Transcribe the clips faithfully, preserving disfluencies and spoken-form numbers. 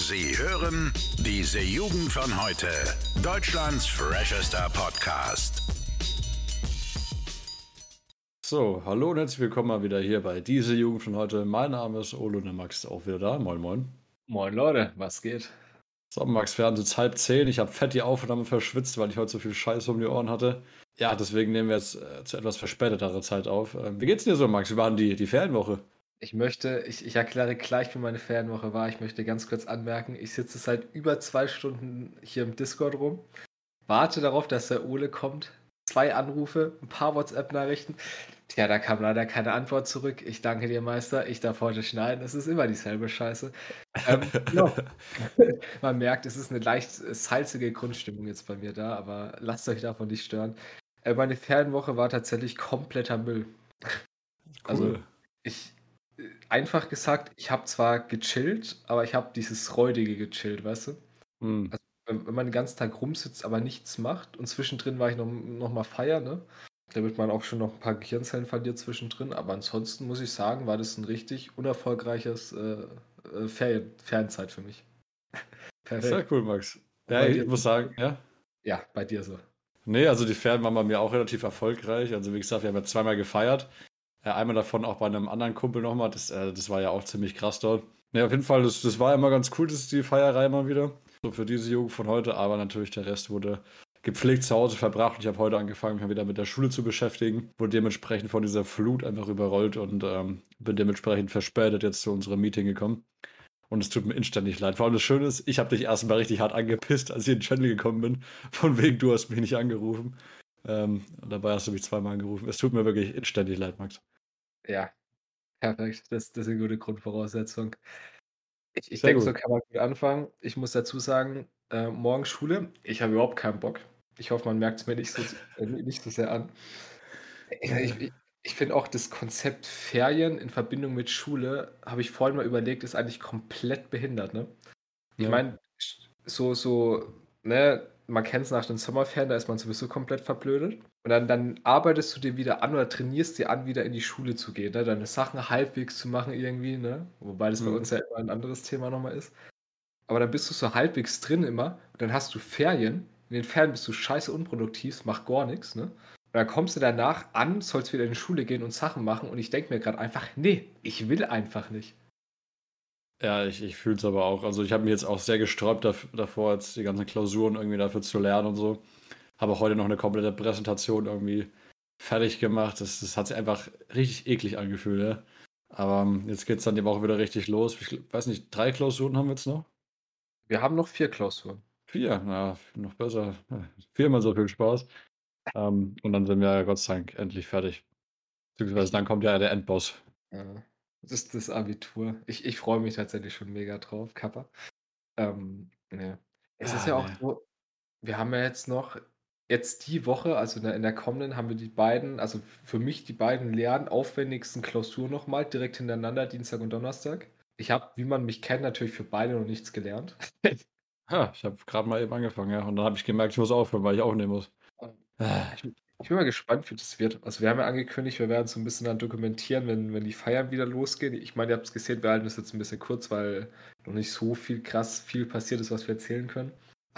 Sie hören diese Jugend von heute. Deutschlands freshester Podcast. So, hallo und herzlich willkommen mal wieder hier bei diese Jugend von heute. Mein Name ist Olo und der Max ist auch wieder da. Moin, moin. Moin Leute, was geht? So, Max, wir haben jetzt halb zehn. Ich habe fett die Aufnahme verschwitzt, weil ich heute so viel Scheiß um die Ohren hatte. Ja, deswegen nehmen wir jetzt äh, zu etwas verspäteterer Zeit auf. Ähm, wie geht's dir so, Max? Wie war denn die, die Ferienwoche? Ich möchte, ich, ich erkläre gleich, wie meine Ferienwoche war. Ich möchte ganz kurz anmerken, ich sitze seit über zwei Stunden hier im Discord rum, warte darauf, dass der Ole kommt. Zwei Anrufe, ein paar WhatsApp-Nachrichten. Tja, da kam leider keine Antwort zurück. Ich danke dir, Meister. Ich darf heute schneiden. Es ist immer dieselbe Scheiße. Ähm, ja. Man merkt, es ist eine leicht salzige Grundstimmung jetzt bei mir da, aber lasst euch davon nicht stören. Äh, meine Ferienwoche war tatsächlich kompletter Müll. Cool. Also, ich, äh, einfach gesagt, ich habe zwar gechillt, aber ich habe dieses räudige gechillt, weißt du? Hm. Also, wenn, wenn man den ganzen Tag rumsitzt, aber nichts macht und zwischendrin war ich noch, noch mal feiern, ne? Da wird man auch schon noch ein paar Gehirnzellen verliert zwischendrin, aber ansonsten muss ich sagen, war das ein richtig unerfolgreiches äh, äh, Ferien, Ferienzeit für mich. Sehr Perfekt. cool, Max. Und Ja, bei ich dir? muss sagen, ja. Ja, bei dir so. Nee, also die Ferien waren bei mir auch relativ erfolgreich. Also wie gesagt, wir haben ja zweimal gefeiert. Äh, einmal davon auch bei einem anderen Kumpel nochmal. Das, äh, das war ja auch ziemlich krass dort. Nee, auf jeden Fall, das, das war immer ganz cool, das ist die Feierei mal wieder. So für diese Jugend von heute, aber natürlich der Rest wurde gepflegt zu Hause verbracht. Und ich habe heute angefangen, mich mal wieder mit der Schule zu beschäftigen. Wurde dementsprechend von dieser Flut einfach überrollt und ähm, bin dementsprechend verspätet jetzt zu unserem Meeting gekommen. Und es tut mir inständig leid. Vor allem das Schöne ist, ich habe dich erstmal richtig hart angepisst, als ich in den Channel gekommen bin. Von wegen, du hast mich nicht angerufen. Ähm, und dabei hast du mich zweimal angerufen. Es tut mir wirklich inständig leid, Max. Ja, perfekt. Das, das ist eine gute Grundvoraussetzung. Ich, ich Sehr denke, so gut. kann man gut anfangen. Ich muss dazu sagen, äh, morgen Schule. Ich habe überhaupt keinen Bock. Ich hoffe, man merkt es mir nicht so, äh, nicht so sehr an. Ich, Äh, ich, ich finde auch das Konzept Ferien in Verbindung mit Schule, habe ich vorhin mal überlegt, ist eigentlich komplett behindert, ne? Ich ja. meine, so, so, ne, man kennt es nach den Sommerferien, da ist man sowieso komplett verblödet. Und dann, dann arbeitest du dir wieder an oder trainierst dir an, wieder in die Schule zu gehen, ne? Deine Sachen halbwegs zu machen irgendwie, ne? Wobei das bei Hm. uns ja immer ein anderes Thema nochmal ist. Aber dann bist du so halbwegs drin immer und dann hast du Ferien. In den Ferien bist du scheiße unproduktiv, mach gar nichts, ne? Und dann kommst du danach an, sollst wieder in die Schule gehen und Sachen machen und ich denke mir gerade einfach, nee, ich will einfach nicht. Ja, ich, ich fühle es aber auch. Also ich habe mich jetzt auch sehr gesträubt dav- davor, jetzt die ganzen Klausuren irgendwie dafür zu lernen und so. Habe auch heute noch eine komplette Präsentation irgendwie fertig gemacht. Das, das hat sich einfach richtig eklig angefühlt, ja. Aber ähm, jetzt geht es dann die Woche wieder richtig los. Ich gl- weiß nicht, drei Klausuren haben wir jetzt noch? Wir haben noch vier Klausuren. Vier, na, noch besser. Ja, viermal so viel Spaß. Ähm, und dann sind wir ja Gott sei Dank endlich fertig. Beziehungsweise Ich, dann kommt ja der Endboss. äh, das ist das Abitur. Ich, ich freue mich tatsächlich schon mega drauf, Kappa. Ähm, ne. Es ist Ah, ja auch nee. so, wir haben ja jetzt noch, jetzt die Woche, also in der, in der kommenden, haben wir die beiden, also für mich die beiden leeren, aufwendigsten Klausuren nochmal, direkt hintereinander, Dienstag und Donnerstag. Ich habe, wie man mich kennt, natürlich für beide noch nichts gelernt. Ja, ich habe gerade mal eben angefangen, ja. Und dann habe ich gemerkt, ich muss aufhören, weil ich aufnehmen muss. Ah, Ich, ich bin mal gespannt, wie das wird. Also wir haben ja angekündigt, wir werden so ein bisschen dann dokumentieren, wenn, wenn die Feiern wieder losgehen. Ich meine, ihr habt es gesehen, wir halten das jetzt ein bisschen kurz, weil noch nicht so viel krass viel passiert ist, was wir erzählen können.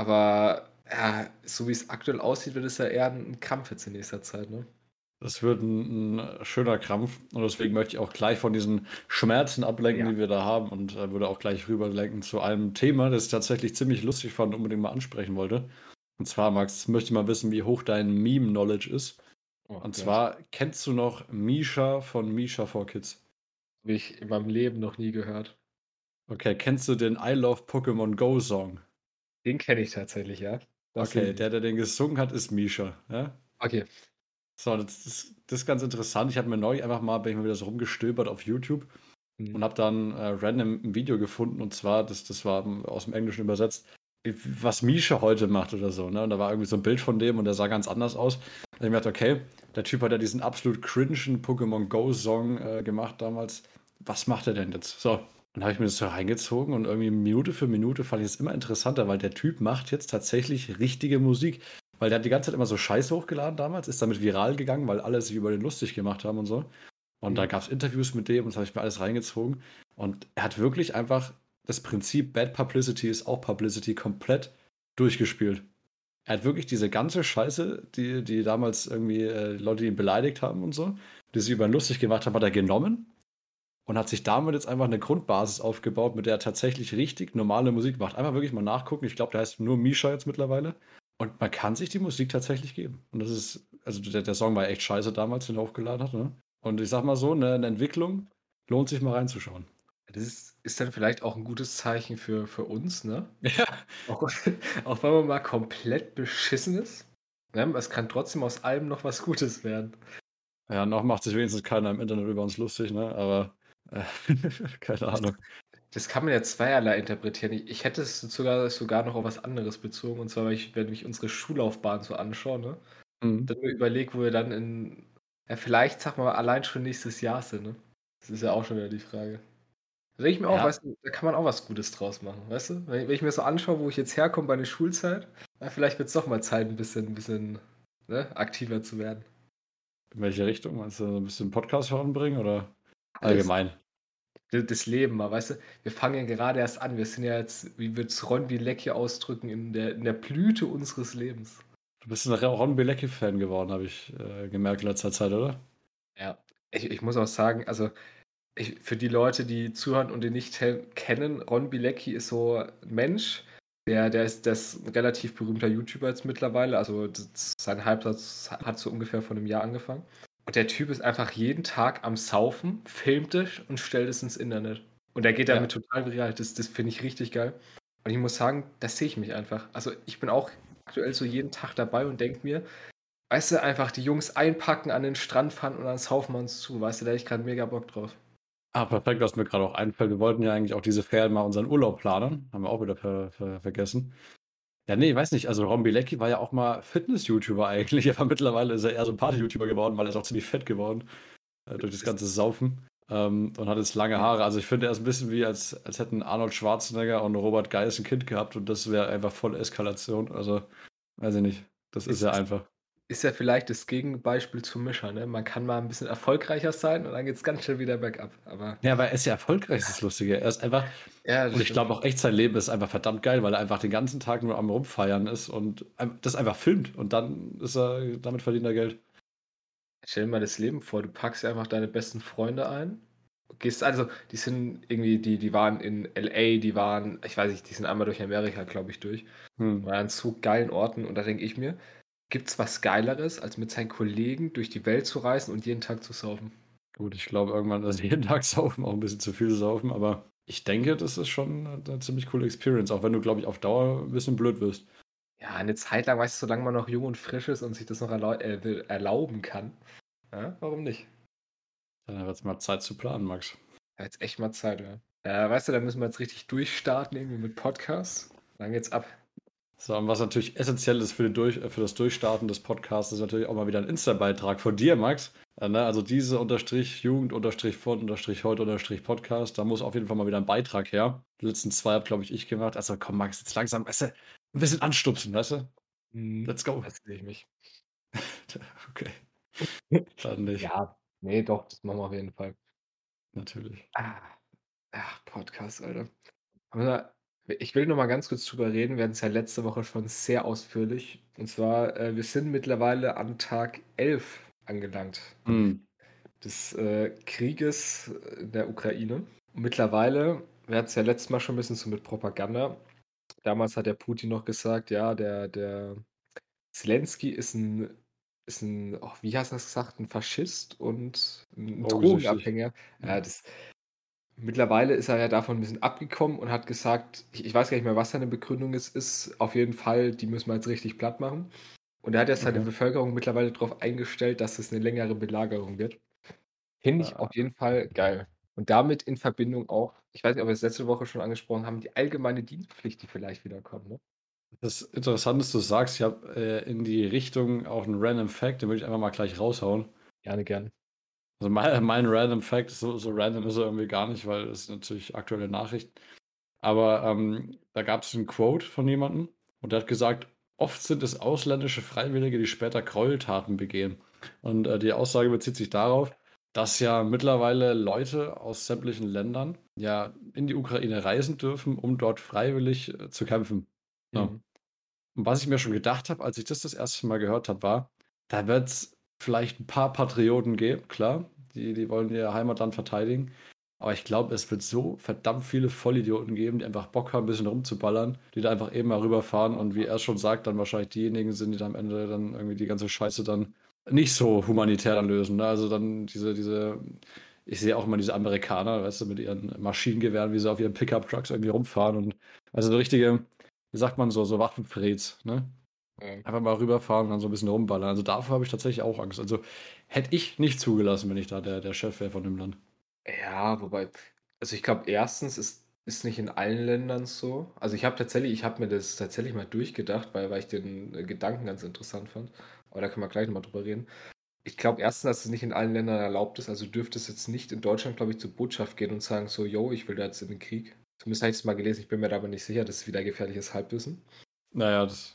Aber ja, so wie es aktuell aussieht, wird es ja eher ein Kampf jetzt in nächster Zeit, ne? Das wird ein, ein schöner Krampf. Und deswegen möchte ich auch gleich von diesen Schmerzen ablenken, Ja. die wir da haben. Und äh, würde auch gleich rüberlenken zu einem Thema, das ich tatsächlich ziemlich lustig fand und unbedingt mal ansprechen wollte. Und zwar, Max, möchte ich mal wissen, wie hoch dein Meme-Knowledge ist. Oh Und Gott. zwar, kennst du noch Misha von Misha for Kids? Habe ich in meinem Leben noch nie gehört. Okay, kennst du den I Love Pokémon Go Song? Den kenne ich tatsächlich, ja. Das Okay, Lied. der, der den gesungen hat, ist Misha. Ja? Okay. So, das, das, das ist ganz interessant. Ich habe mir neulich einfach mal, bin ich mal wieder so rumgestöbert auf YouTube Hm. und habe dann äh, random ein Video gefunden und zwar, das, das war aus dem Englischen übersetzt, was Misha heute macht oder so. Ne? Und da war irgendwie so ein Bild von dem und der sah ganz anders aus. Und ich mir gedacht, okay, der Typ hat ja diesen absolut cringen Pokémon Go Song äh, gemacht damals. Was macht er denn jetzt? So, dann habe ich mir das so reingezogen und irgendwie Minute für Minute fand ich es immer interessanter, weil der Typ macht jetzt tatsächlich richtige Musik. Weil der hat die ganze Zeit immer so Scheiße hochgeladen damals, ist damit viral gegangen, weil alle sich über den lustig gemacht haben und so. Und da Hm. gab es Interviews mit dem und das habe ich mir alles reingezogen. Und er hat wirklich einfach das Prinzip Bad Publicity ist auch Publicity komplett durchgespielt. Er hat wirklich diese ganze Scheiße, die, die damals irgendwie äh, Leute, die ihn beleidigt haben und so, die sich über ihn lustig gemacht haben, hat er genommen und hat sich damit jetzt einfach eine Grundbasis aufgebaut, mit der er tatsächlich richtig normale Musik macht. Einfach wirklich mal nachgucken. Ich glaube, der heißt nur Misha jetzt mittlerweile. Und man kann sich die Musik tatsächlich geben. Und das ist, also der, der Song war echt scheiße damals, den er hochgeladen hat. Ne? Und ich sag mal so, eine, eine Entwicklung lohnt sich mal reinzuschauen. Das ist, ist dann vielleicht auch ein gutes Zeichen für, für uns, ne? Ja. Auch, auch wenn man mal komplett beschissen ist. Ne? Es kann trotzdem aus allem noch was Gutes werden. Ja, noch macht sich wenigstens keiner im Internet über uns lustig, ne? Aber äh, keine Ahnung. Das kann man ja zweierlei interpretieren. Ich, ich hätte es sogar, sogar noch auf was anderes bezogen. Und zwar, weil ich, wenn ich unsere Schullaufbahn so anschaue, ne? Mhm. Dann mir überlege, wo wir dann in, ja, vielleicht, sag mal, allein schon nächstes Jahr sind, ne? Das ist ja auch schon wieder die Frage. Da denke ich mir auch, Ja. weißt du, da kann man auch was Gutes draus machen, weißt du? Wenn, ich- wenn ich mir so anschaue, wo ich jetzt herkomme bei der Schulzeit, ja, vielleicht wird es doch mal Zeit, ein bisschen, ein bisschen ne, aktiver zu werden. In welche Richtung? Meinst du so ein bisschen Podcast voranbringen oder Alles. allgemein? D- Das Leben mal, weißt du? Wir fangen ja gerade erst an. Wir sind ja jetzt, wie wird es Ron Bilecki ausdrücken, in der, in der Blüte unseres Lebens. Du bist ein Ron Bilecki-Fan geworden, habe ich äh, gemerkt in letzter Zeit, oder? Ja. Ich, ich muss auch sagen, also ich, für die Leute, die zuhören und den nicht te- kennen, Ron Bilecki ist so ein Mensch, der, der, ist, der ist ein relativ berühmter YouTuber jetzt mittlerweile. Also das, sein Halbsatz hat so ungefähr vor einem Jahr angefangen. Und der Typ ist einfach jeden Tag am Saufen, filmt es und stellt es ins Internet. Und der geht Ja. damit total viral. Das, das finde ich richtig geil. Und ich muss sagen, das sehe ich mich einfach. Also ich bin auch aktuell so jeden Tag dabei und denke mir, weißt du, einfach die Jungs einpacken, an den Strand fahren und dann saufen wir uns zu. Weißt du, da hätte ich gerade mega Bock drauf. Ah, perfekt, was mir gerade auch einfällt. Wir wollten ja eigentlich auch diese Ferien mal unseren Urlaub planen. Haben wir auch wieder ver ver vergessen. Ja, nee, ich weiß nicht. Also Ron Bilecki war ja auch mal Fitness-YouTuber eigentlich, aber mittlerweile ist er eher so ein Party-YouTuber geworden, weil er ist auch ziemlich fett geworden äh, durch das ganze Saufen ähm, und hat jetzt lange Haare. Also ich finde, er ist ein bisschen wie, als, als hätten Arnold Schwarzenegger und Robert Geis ein Kind gehabt und das wäre einfach voll Eskalation. Also, weiß ich nicht. Das ist Ist, ja ist, einfach. ist ja vielleicht das Gegenbeispiel zum Mischer, ne? Man kann mal ein bisschen erfolgreicher sein und dann geht es ganz schnell wieder bergab. Aber Ja, aber er ist ja erfolgreich, ist das Lustige. Er ist einfach, ja, das und ich stimmt. glaube auch echt, sein Leben ist einfach verdammt geil, weil er einfach den ganzen Tag nur am Rumfeiern ist und ein- das einfach filmt und dann ist er, damit verdient er Geld. Stell dir mal das Leben vor, du packst einfach deine besten Freunde ein. Gehst also, die sind irgendwie, die, die waren in L A, die waren, ich weiß nicht, die sind einmal durch Amerika, glaube ich, durch. Hm. Waren an so geilen Orten und da denke ich mir, gibt es was Geileres, als mit seinen Kollegen durch die Welt zu reisen und jeden Tag zu saufen? Gut, ich glaube irgendwann, dass jeden Tag saufen, auch ein bisschen zu viel saufen, aber ich denke, das ist schon eine ziemlich coole Experience, auch wenn du, glaube ich, auf Dauer ein bisschen blöd wirst. Ja, eine Zeit lang, weißt du, solange man noch jung und frisch ist und sich das noch erlau äh, erlauben kann, ja, warum nicht? Dann wird es mal Zeit zu planen, Max. Ja, jetzt echt mal Zeit, ja. Äh, weißt du, da müssen wir jetzt richtig durchstarten, irgendwie mit Podcasts. Dann geht's ab. So, und was natürlich essentiell ist für, den Durch, äh, für das Durchstarten des Podcasts, ist natürlich auch mal wieder ein Insta-Beitrag von dir, Max. Äh, ne? Also diese unterstrich Jugend unterstrich von unterstrich heute unterstrich Podcast, da muss auf jeden Fall mal wieder ein Beitrag her. Die letzten zwei habe, glaube ich, ich gemacht. Also komm, Max, jetzt langsam, weißt du, ein bisschen anstupsen, weißt du? Let's go. Das sehe ich mich. Okay, dann nicht. Ja, nee, doch, das machen wir auf jeden Fall. Natürlich. Ah, ach, Podcast, Alter. Aber ich will noch mal ganz kurz drüber reden. Wir hatten es ja letzte Woche schon sehr ausführlich. Und zwar, äh, wir sind mittlerweile an Tag elf angelangt Hm. des äh, Krieges in der Ukraine. Und mittlerweile, wir hatten es ja letztes Mal schon ein bisschen so mit Propaganda. Damals hat der Putin noch gesagt, ja, der, der Zelensky ist ein, ist ein, oh, wie hast du das gesagt, ein Faschist und ein Drogensüchtig. Drogenabhänger. Ja, Ja. das, mittlerweile ist er ja davon ein bisschen abgekommen und hat gesagt, ich, ich weiß gar nicht mehr, was seine Begründung ist, ist auf jeden Fall, die müssen wir jetzt richtig platt machen. Und er hat ja seine Okay. Bevölkerung mittlerweile darauf eingestellt, dass es eine längere Belagerung wird. Finde ich Ja. auf jeden Fall geil. Und damit in Verbindung auch, ich weiß nicht, ob wir es letzte Woche schon angesprochen haben, die allgemeine Dienstpflicht, die vielleicht wiederkommt. Ne? Das Interessante ist, du sagst, ich habe äh, in die Richtung auch einen Random Fact, den würde ich einfach mal gleich raushauen. Gerne, gerne. Also mein, mein Random Fact, so, so random ist er irgendwie gar nicht, weil es ist natürlich aktuelle Nachricht. Aber ähm, da gab es einen Quote von jemandem und der hat gesagt, oft sind es ausländische Freiwillige, die später Gräueltaten begehen. Und äh, die Aussage bezieht sich darauf, dass ja mittlerweile Leute aus sämtlichen Ländern ja in die Ukraine reisen dürfen, um dort freiwillig äh, zu kämpfen. Ja. Mhm. Und was ich mir schon gedacht habe, als ich das das erste Mal gehört habe, war, da wird es vielleicht ein paar Patrioten geben, klar, die, die wollen ihr Heimatland verteidigen. Aber ich glaube, es wird so verdammt viele Vollidioten geben, die einfach Bock haben, ein bisschen rumzuballern, die da einfach eben mal rüberfahren und wie er schon sagt, dann wahrscheinlich diejenigen sind, die dann am Ende dann irgendwie die ganze Scheiße dann nicht so humanitär dann lösen. Ne? Also dann diese, diese, ich sehe auch immer diese Amerikaner, weißt du, mit ihren Maschinengewehren, wie sie auf ihren Pickup-Trucks irgendwie rumfahren und also so richtige, wie sagt man so, so Waffenfreds, ne? Ja. Einfach mal rüberfahren und dann so ein bisschen rumballern. Also davor habe ich tatsächlich auch Angst. Also hätte ich nicht zugelassen, wenn ich da der, der Chef wäre von dem Land. Ja, wobei, also ich glaube, erstens ist, ist nicht in allen Ländern so. Also ich habe tatsächlich, ich habe mir das tatsächlich mal durchgedacht, weil, weil ich den äh, Gedanken ganz interessant fand. Aber da können wir gleich nochmal drüber reden. Ich glaube erstens, dass es nicht in allen Ländern erlaubt ist. Also dürfte es jetzt nicht in Deutschland, glaube ich, zur Botschaft gehen und sagen so, yo, ich will da jetzt in den Krieg. Zumindest habe ich es mal gelesen, ich bin mir da aber nicht sicher, das ist wieder gefährliches Halbwissen. Naja, das.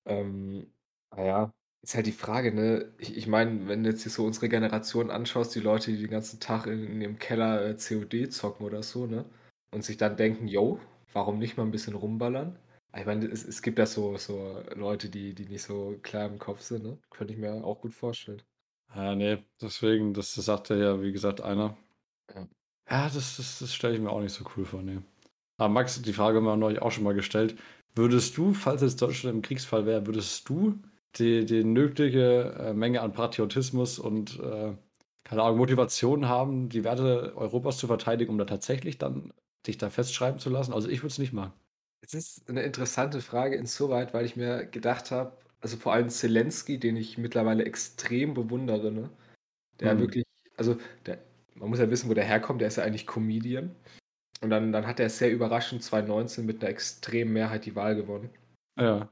Ähm, naja, ist halt die Frage, ne? Ich, ich meine, wenn du jetzt hier so unsere Generation anschaust, die Leute, die den ganzen Tag in, in ihrem Keller äh, C O D zocken oder so, ne? Und sich dann denken, yo, warum nicht mal ein bisschen rumballern? Ich meine, es, es gibt ja so, so Leute, die, die nicht so klar im Kopf sind, ne? Könnte ich mir auch gut vorstellen. Ja, nee, deswegen, das, das sagte ja, wie gesagt, einer. Ja. Ja, das, das, das stelle ich mir auch nicht so cool vor, nee. Aber Max, die Frage haben wir neulich auch schon mal gestellt. Würdest du, falls jetzt Deutschland im Kriegsfall wäre, würdest du die, die nötige äh, Menge an Patriotismus und, äh, keine Ahnung, Motivation haben, die Werte Europas zu verteidigen, um da tatsächlich dann dich da festschreiben zu lassen? Also ich würde es nicht machen. Es ist eine interessante Frage insoweit, weil ich mir gedacht habe, also vor allem Zelensky, den ich mittlerweile extrem bewundere, ne? Der Hm. wirklich, also der, man muss ja wissen, wo der herkommt, der ist ja eigentlich Comedian. Und dann, dann hat er sehr überraschend zwanzig neunzehn mit einer extremen Mehrheit die Wahl gewonnen. Ja.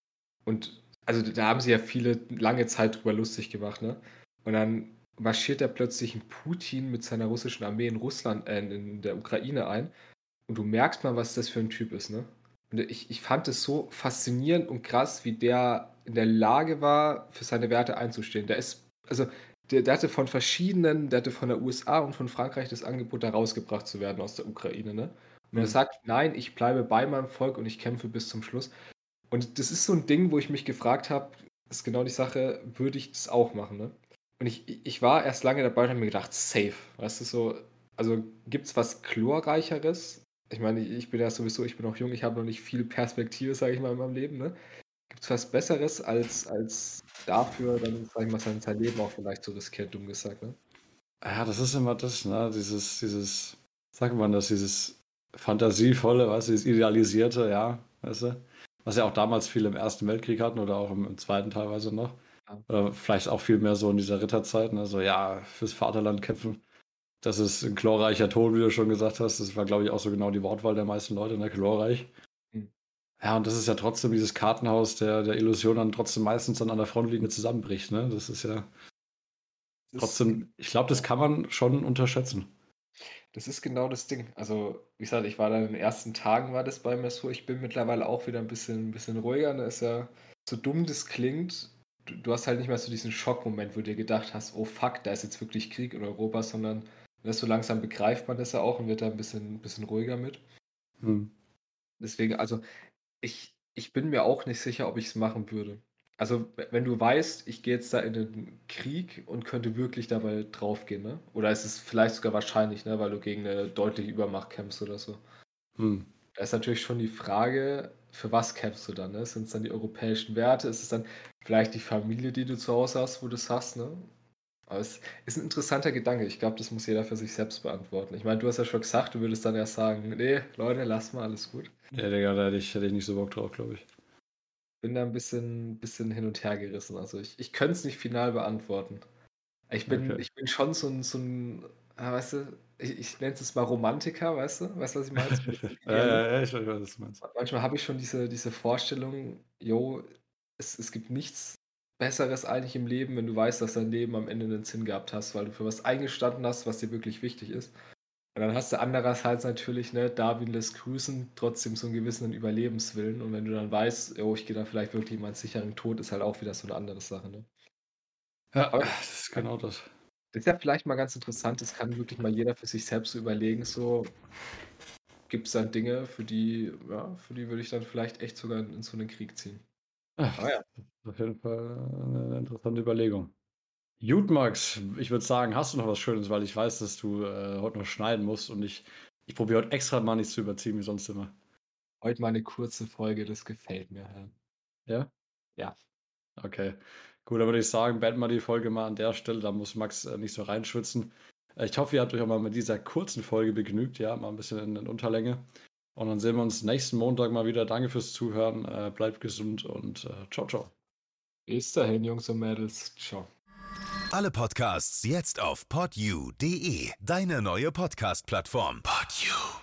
Und also da haben sie ja viele lange Zeit drüber lustig gemacht, ne? Und dann marschiert er plötzlich ein Putin mit seiner russischen Armee in Russland, äh, in der Ukraine ein. Und du merkst mal, was das für ein Typ ist, ne? Und ich, ich fand es so faszinierend und krass, wie der in der Lage war, für seine Werte einzustehen. Der ist, also, der, der hatte von verschiedenen, der hatte von der U S A und von Frankreich das Angebot, da rausgebracht zu werden aus der Ukraine, ne? Und er Hm. sagt, nein, ich bleibe bei meinem Volk und ich kämpfe bis zum Schluss. Und das ist so ein Ding, wo ich mich gefragt habe, ist genau die Sache, würde ich das auch machen, ne? Und ich, ich war erst lange dabei und habe mir gedacht, safe, weißt du, so, also gibt es was Chlorreicheres? Ich meine, ich, ich bin ja sowieso, ich bin auch jung, ich habe noch nicht viel Perspektive, sage ich mal, in meinem Leben, ne? Gibt es was Besseres, als, als dafür dann, sag ich mal, sein, sein Leben auch vielleicht zu riskieren, dumm gesagt, ne? Ja, das ist immer das, ne? Dieses, dieses, sagt man das, dieses fantasievolle, weißt du, dieses idealisierte, ja, weißt du? Was ja auch damals viele im Ersten Weltkrieg hatten oder auch im, im Zweiten teilweise noch. Ja. Oder vielleicht auch viel mehr so in dieser Ritterzeit, ne? So, ja, fürs Vaterland kämpfen. Das ist ein glorreicher Tod, wie du schon gesagt hast. Das war, glaube ich, auch so genau die Wortwahl der meisten Leute, ne? Glorreich. Hm. Ja, und das ist ja trotzdem dieses Kartenhaus der, der Illusion dann trotzdem meistens dann an der Frontlinie zusammenbricht, ne? Das ist ja Das ist, trotzdem, ich glaube, das kann man schon unterschätzen. das ist genau das Ding. Also, wie gesagt, ich war da in den ersten Tagen war das bei mir so. Ich bin mittlerweile auch wieder ein bisschen, ein bisschen ruhiger. Da ist ja, so dumm das klingt, du, du hast halt nicht mehr so diesen Schockmoment, wo du dir gedacht hast, oh fuck, da ist jetzt wirklich Krieg in Europa, sondern das so langsam begreift man das ja auch und wird da ein bisschen, ein bisschen ruhiger mit. Hm. Deswegen, also ich, ich bin mir auch nicht sicher, ob ich es machen würde. Also, w- wenn du weißt, ich gehe jetzt da in den Krieg und könnte wirklich dabei draufgehen, ne? Oder ist es vielleicht sogar wahrscheinlich, ne? Weil du gegen eine deutliche Übermacht kämpfst oder so. Hm. Da ist natürlich schon die Frage, für was kämpfst du dann, ne? Sind es dann die europäischen Werte? Ist es dann vielleicht die Familie, die du zu Hause hast, wo du es hast, ne? Aber es ist ein interessanter Gedanke. Ich glaube, das muss jeder für sich selbst beantworten. Ich meine, du hast ja schon gesagt, du würdest dann erst sagen, nee, Leute, lass mal, alles gut. Ja, Digga, da hätte ich, hätte ich nicht so Bock drauf, glaube ich. Bin da ein bisschen, bisschen hin und her gerissen. Also ich, ich könnte es nicht final beantworten. Ich bin, Okay. ich bin schon so ein, so ein, ah, weißt du, ich, ich nenne es mal Romantiker, weißt du? Weißt du, was ich meine? So ein bisschen Ja, Idealist. ja, ja, ich weiß, was du meinst. Manchmal habe ich schon diese, diese Vorstellung, yo, es, es gibt nichts Besseres eigentlich im Leben, wenn du weißt, dass dein Leben am Ende einen Sinn gehabt hast, weil du für was eingestanden hast, was dir wirklich wichtig ist. Und dann hast du andererseits natürlich, ne, Darwin lässt grüßen, trotzdem so einen gewissen Überlebenswillen. Und wenn du dann weißt, oh, ich gehe da vielleicht wirklich in meinen sicheren Tod, ist halt auch wieder so eine andere Sache, ne? Ja, Aber das ist genau das. Das ist ja vielleicht mal ganz interessant, das kann wirklich mal jeder für sich selbst so überlegen, so gibt's dann Dinge, für die ja, für die würde ich dann vielleicht echt sogar in in so 'nen Krieg ziehen. Ach, Aber ja. auf jeden Fall 'ne interessante Überlegung. Gut, Max, ich würde sagen, hast du noch was Schönes, weil ich weiß, dass du, äh, heute noch schneiden musst und ich ich probiere heute extra mal nicht zu überziehen wie sonst immer. Heute mal 'ne kurze Folge, das gefällt mir, ja. Ja? Ja. Okay. Gut, dann würde ich sagen, beenden wir die Folge mal an der Stelle, da muss Max, äh, nicht so reinschwitzen. Äh, ich hoffe, ihr habt euch auch mal mit dieser kurzen Folge begnügt, ja, mal 'n bisschen in in Unterlänge. Und dann sehen wir uns nächsten Montag mal wieder. Danke fürs Zuhören, äh, bleibt gesund und, äh, tschau, tschau. Bis dahin, Jungs und Mädels. Tschau. Alle Podcasts jetzt auf podyou punkt de, deine neue Podcast-Plattform. Podyou.